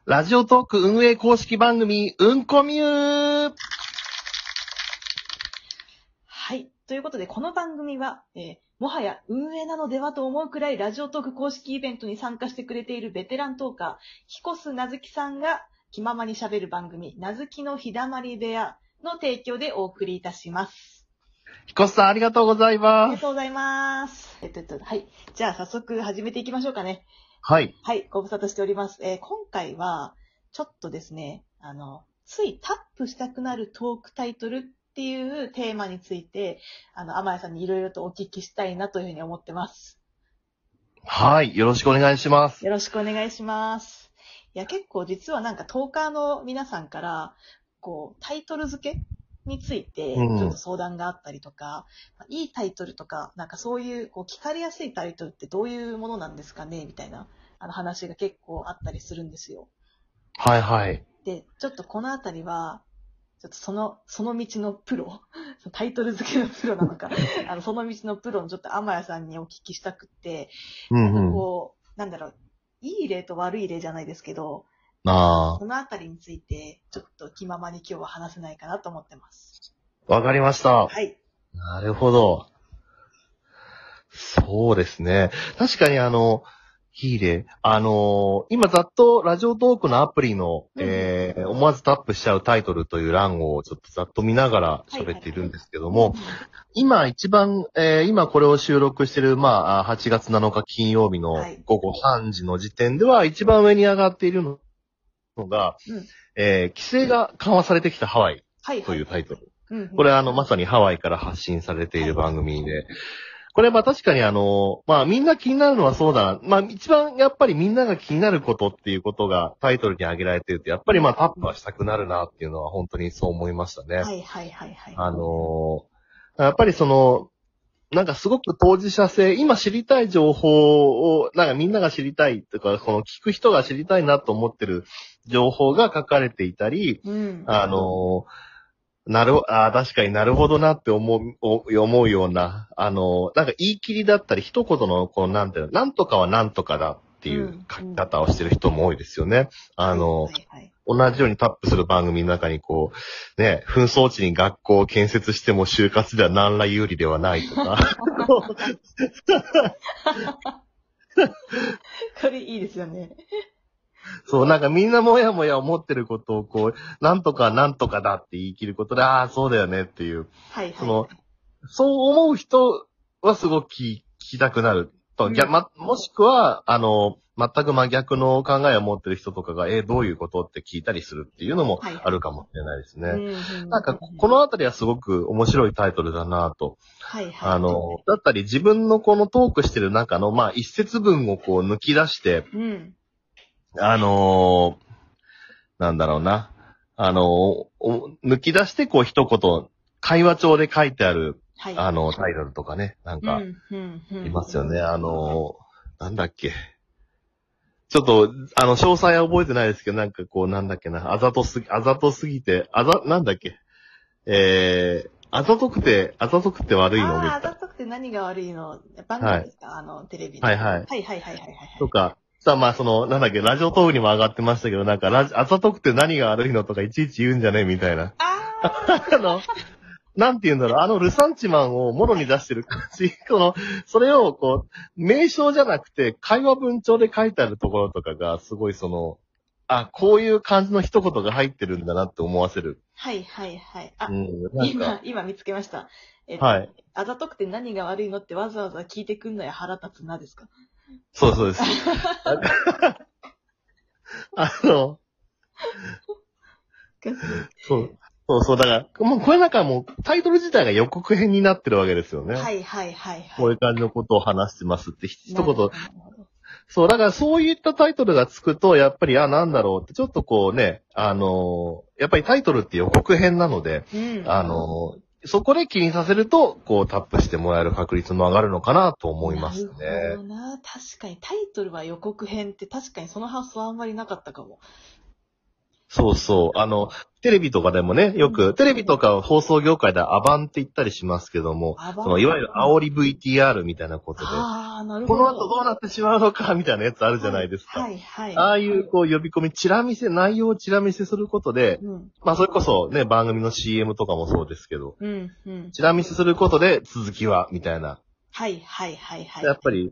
ラジオトーク運営公式番組、うんこみゅー。 はい。ということで、この番組は、もはや運営なのではと思うくらいラジオトーク公式イベントに参加してくれているベテラントーカー、ヒコスなずきさんが気ままに喋る番組、なずきのひだまり部屋の提供でお送りいたします。 ひこさんありがとうございあります。 がとうございます。はい。じゃあ早速始めていきましょうかね。 はい。 はい。ご無沙汰しております。今回は、ちょっとですね、ついタップしたくなるトークタイトルっていうテーマについて、天谷さんにいろいろとお聞きしたいなというふうに思ってます。 はい。よろしくお願いします。 よろしくお願いします。いや、結構実はなんかトーカーの皆さんから、タイトル付けについて、ちょっと相談があったりとか、いいタイトルとか、なんかそういう、聞かれやすいタイトルってどういうものなんですかねみたいな、話が結構あったりするんですよ。 はいはい。 で、ちょっとこのあたりは、ちょっとその道のプロ、タイトル付けのプロなのか、その道のプロのちょっと天谷さんにお聞きしたくって、なんだろう、いい例と悪い例じゃないですけど、このあたりについて、ちょっと気ままに今日は話せないかなと思ってます。 わかりました。 はい。 なるほど。そうですね。確かにいい例。今ざっとラジオトークのアプリの、思わずタップしちゃうタイトルという欄をちょっとざっと見ながら喋っているんですけども、今一番、今これを収録している、8月7日金曜日の午後3時の時点では一番上に上がっているのが、規制が緩和されてきたハワイというタイトル。これまさにハワイから発信されている番組で、これ確かにみんな気になるのはそうだな。一番やっぱりみんなが気になることっていうことがタイトルに挙げられていると、やっぱりタップはしたくなるなっていうのは本当にそう思いましたね。 はいはいはいはい。 やっぱりなんかすごく当事者性、今知りたい情報を、なんかみんなが知りたいとか、聞く人が知りたいなと思ってる情報が書かれていたり、確かになるほどなって思うような、なんか言い切りだったり、一言の、なんていうの、なんとかはなんとかだっていう書き方をしてる人も多いですよね。同じようにタップする番組の中に紛争地に学校を建設しても就活では何ら有利ではないとか。 これいいですよね。 そう、なんかみんなもやもや思ってることをなんとかなんとかだって言い切ることで、ああ、そうだよねっていう。 はいはい。 そう思う人はすごく聞きたくなると。もしくは、全く真逆の考えを持ってる人とかが、どういうことって聞いたりするっていうのもあるかもしれないですね。なんか、このあたりはすごく面白いタイトルだなと。はいはい。だったり自分のこのトークしてる中の、一節分を抜き出して、なんだろうな。抜き出して一言、会話帳で書いてある、タイトルとかね、なんか、いますよね。なんだっけ。ちょっと、詳細は覚えてないですけど、なんかなんだっけな、あざとすぎて、なんだっけ。あざとくて悪いのみたいな。 あざとくて何が悪いの番組ですか、テレビで。 はいはい。 はいはいはいはい。 とか、なんだっけ、ラジオトークにも上がってましたけど、なんか、あざとくて何が悪いのとかいちいち言うんじゃねえみたいな。なんて言うんだろう、ルサンチマンをもろに出してる感じ。それを名称じゃなくて、会話文帳で書いてあるところとかが、すごいこういう感じの一言が入ってるんだなって思わせる。 はいはいはい。今見つけました。 はい。 あざとくて何が悪いのってわざわざ聞いてくんのや腹立つなですか？ そうです。そう、だから、もうこれなんかもうタイトル自体が予告編になってるわけですよね。 はいはいはいはい。 こういう感じのことを話してますって一言。そう、だからそういったタイトルがつくと、やっぱり、なんだろうって、ちょっとやっぱりタイトルって予告編なので、そこで気にさせると、タップしてもらえる確率も上がるのかなと思いますね。 なるほどな。確かにタイトルは予告編って確かにその発想あんまりなかったかも。 そうそう。テレビとかでもね、よく、テレビとか放送業界ではアバンって言ったりしますけども、 アバンその、いわゆる煽り VTR みたいなことで、 ああ、なるこほど。 の後どうなってしまうのか、みたいなやつあるじゃないですか。 はい、はい。 ああいう、こう、呼び込み、内容をチラ見せすることで、 うん、 まあ、それこそね、番組の CM とかもそうですけど、 うん、うん。 チラ見せすることで、続きは、みたいな。 はい、はい、はい、はい。 やっぱり、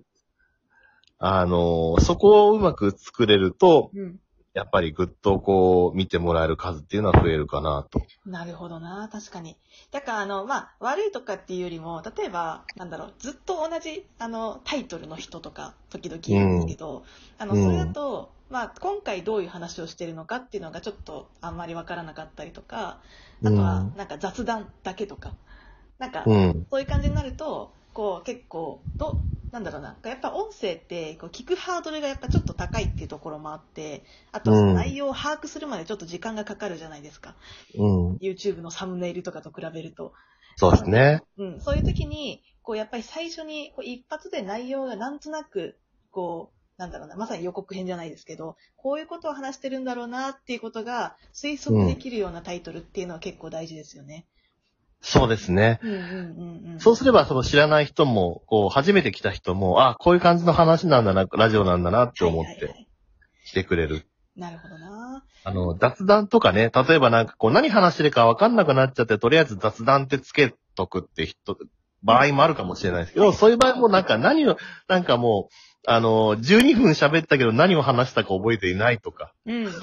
そこをうまく作れると、 うん。 やっぱりぐっとこう、見てもらえる数っていうのは増えるかなと。 なるほどな、確かに。だからまあ、悪いとかっていうよりも、例えば、なんだろう、ずっと同じ、タイトルの人とか、時々いるんですけど、それだと、まあ、今回どういう話をしてるのかっていうのがちょっとあんまりわからなかったりとか、あとは、なんか雑談だけとか、なんか、そういう感じになると、こう、結構、なんだろうな、やっぱ音声って、こう、聞くハードルがやっぱちょっと高いっていうところもあって、あとはその内容を把握するまでちょっと時間がかかるじゃないですか。YouTube のサムネイルとかと比べると。 そうですね。 そういう時に、こう、やっぱり最初に、こう一発で内容がなんとなく、こう、なんだろうな、まさに予告編じゃないですけど、こういうことを話してるんだろうなっていうことが推測できるようなタイトルっていうのは結構大事ですよね。 そうですね。そうすれば、その知らない人も、こう、初めて来た人も、あ、こういう感じの話なんだな、ラジオなんだなって思って来てくれる。 なるほどな。 雑談とかね、例えばなんかこう、何話してるか分かんなくなっちゃって、とりあえず雑談ってつけとくって場合もあるかもしれないですけど、そういう場合もなんかなんかもう、12分喋ったけど何を話したか覚えていないとか。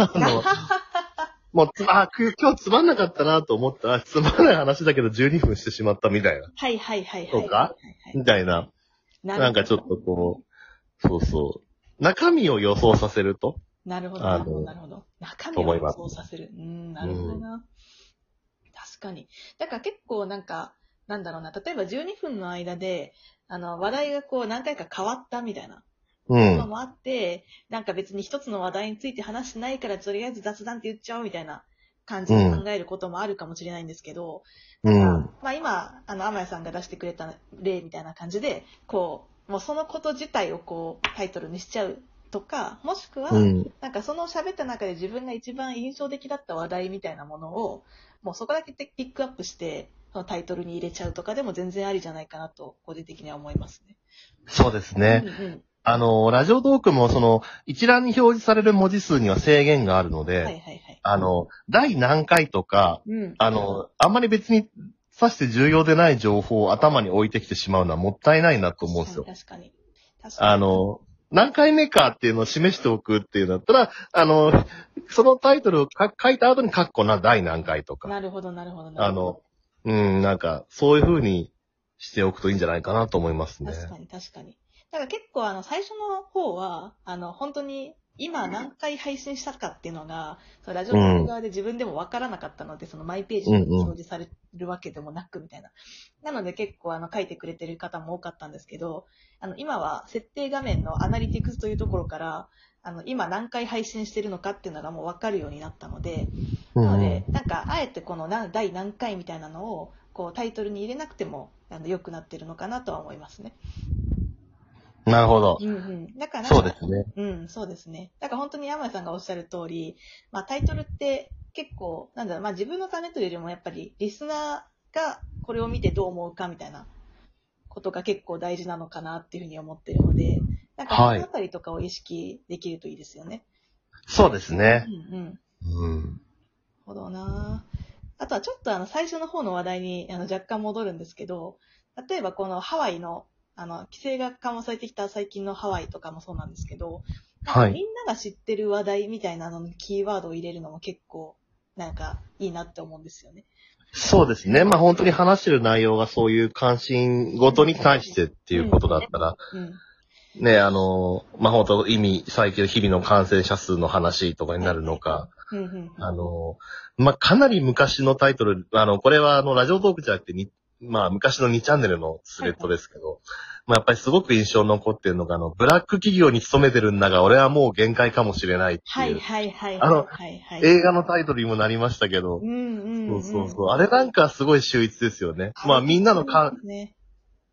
もう、今日つまんなかったなと思ったら、つまんない話だけど12分してしまったみたいな。とかみたいな。なんかちょっとこう、そうそう。中身を予想させると。 なるほど、なるほど、なるほど。中身を予想させる。なるほどな。確かに。だから結構なんか、なんだろうな、例えば12分の間で、話題がこう何回か変わったみたいな。こともあって、なんか別に一つの話題について話してないから、とりあえず雑談って言っちゃおうみたいな感じで考えることもあるかもしれないんですけど、まあ今、天谷さんが出してくれた例みたいな感じで、こう、もうそのこと自体をこう、タイトルにしちゃうとか、もしくは、なんかその喋った中で自分が一番印象的だった話題みたいなものを、もうそこだけピックアップして、そのタイトルに入れちゃうとかでも全然ありじゃないかなと、個人的には思いますね。 そうですね。ラジオトークも一覧に表示される文字数には制限があるので、第何回とか、あんまり別にさして重要でない情報を頭に置いてきてしまうのはもったいないなと思うんですよ。 確かに。 何回目かっていうのを示しておくっていうんだったら、そのタイトルを書いた後に第何回とか。 なるほど、なるほど。 なんか、そういう風にしておくといいんじゃないかなと思いますね。 確かに、確かに。だから結構最初の方は、本当に今何回配信したかっていうのが、ラジオ局側で自分でも分からなかったので、そのマイページに表示されるわけでもなくみたいな。なので結構書いてくれてる方も多かったんですけど、今は設定画面のアナリティクスというところから、今何回配信してるのかっていうのがもう分かるようになったので、なので、なんかあえてこの第何回みたいなのを、こうタイトルに入れなくても良くなってるのかなとは思いますね。 なるほど。 だからそうですね。 そうですね。だから本当に山谷さんがおっしゃる通り、まあタイトルって結構、なんだろう、まあ自分のためというよりもやっぱりリスナーがこれを見てどう思うかみたいなことが結構大事なのかなっていうふうに思ってるので、なんかそのあたりとかを意識できるといいですよね。 そうですね。 なるほどな。あとはちょっと最初の方の話題に若干戻るんですけど、例えばこのハワイの規制が緩和されてきた最近のハワイとかもそうなんですけど、みんなが知ってる話題みたいなキーワードを入れるのも結構、なんかいいなって思うんですよね。 そうですね。まあ本当に話してる内容がそういう関心ごとに対してっていうことだったら、ね、まあ本当最近日々の感染者数の話とかになるのか、まあかなり昔のタイトル、これはラジオトークじゃなくてまあ昔の2チャンネルのスレッドですけど、まあやっぱりすごく印象に残ってるのが、ブラック企業に勤めてるんだが、俺はもう限界かもしれないっていう。映画のタイトルにもなりましたけど、そう。あれなんかすごい秀逸ですよね。まあみんなの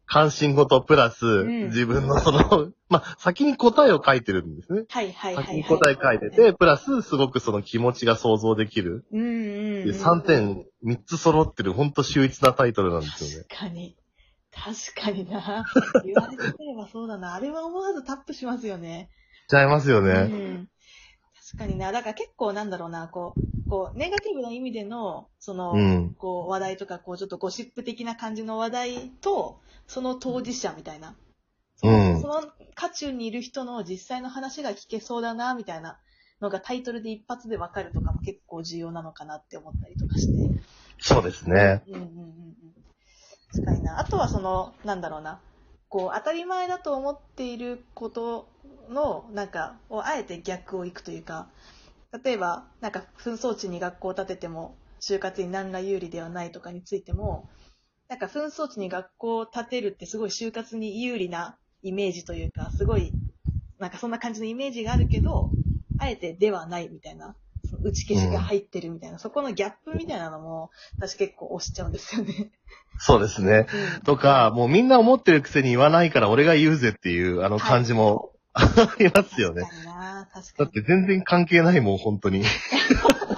関心事プラス、 ん自分のその、まあ、先に答えを書いてるんですね。 はいはいはい、はい。 先に答え書いてて、プラス、すごくその気持ちが想像できる。 うんうん、うん。 3点、3つ揃ってる、ほんと秀逸なタイトルなんですよね。 確かに。確かにな。言われてみればそうだな。あれは思わずタップしますよね。 ちゃいますようね。 ん。確かにな。だから結構なんだろうな、こう、ネガティブな意味での、その、こう、話題とか、こう、ちょっとゴシップ的な感じの話題と、その当事者みたいな。その渦中にいる人の実際の話が聞けそうだな、みたいなのがタイトルで一発でわかるとかも結構重要なのかなって思ったりとかして。 そうですね。 確かにな。あとはその、なんだろうな。こう、当たり前だと思っていることの、なんか、あえて逆をいくというか、例えば、なんか、紛争地に学校を建てても、就活に何ら有利ではないとかについても、なんか、紛争地に学校を建てるってすごい就活に有利なイメージというか、すごい、なんかそんな感じのイメージがあるけど、あえてではないみたいな、その打ち消しが入ってるみたいな、そこのギャップみたいなのも、私結構推しちゃうんですよね。 そうですね。とか、もうみんな思ってるくせに言わないから俺が言うぜっていう、感じも、ありますよね。 確かにな、確かに。 だって全然関係ないもん、本当に。 確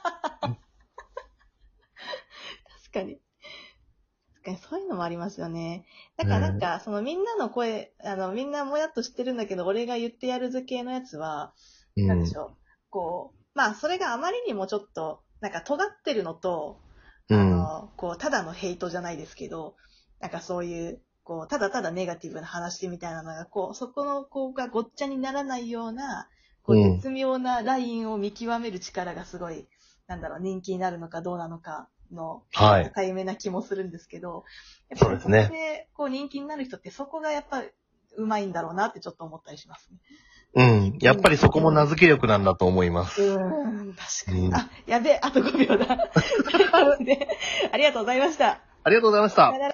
かに。そういうのもありますよね。だからなんか、そのみんなの声、みんなもやっと知ってるんだけど、俺が言ってやるぜ系のやつは、なんでしょう。こう、まあ、それがあまりにもちょっと、なんか尖ってるのと、こう、ただのヘイトじゃないですけど、なんかそういう、こう、ただただネガティブな話みたいなのが、こう、そこの子がごっちゃにならないような、こう、絶妙なラインを見極める力がすごい、なんだろう、人気になるのかどうなのかの、境目な気もするんですけど、やっぱりそこで、こう、人気になる人ってそこがやっぱりうまいんだろうなってちょっと思ったりしますね。 やっぱりそこも名付け力なんだと思います。 確かに。やべえ、あと5秒だ。ありがとうございました。 ありがとうございました。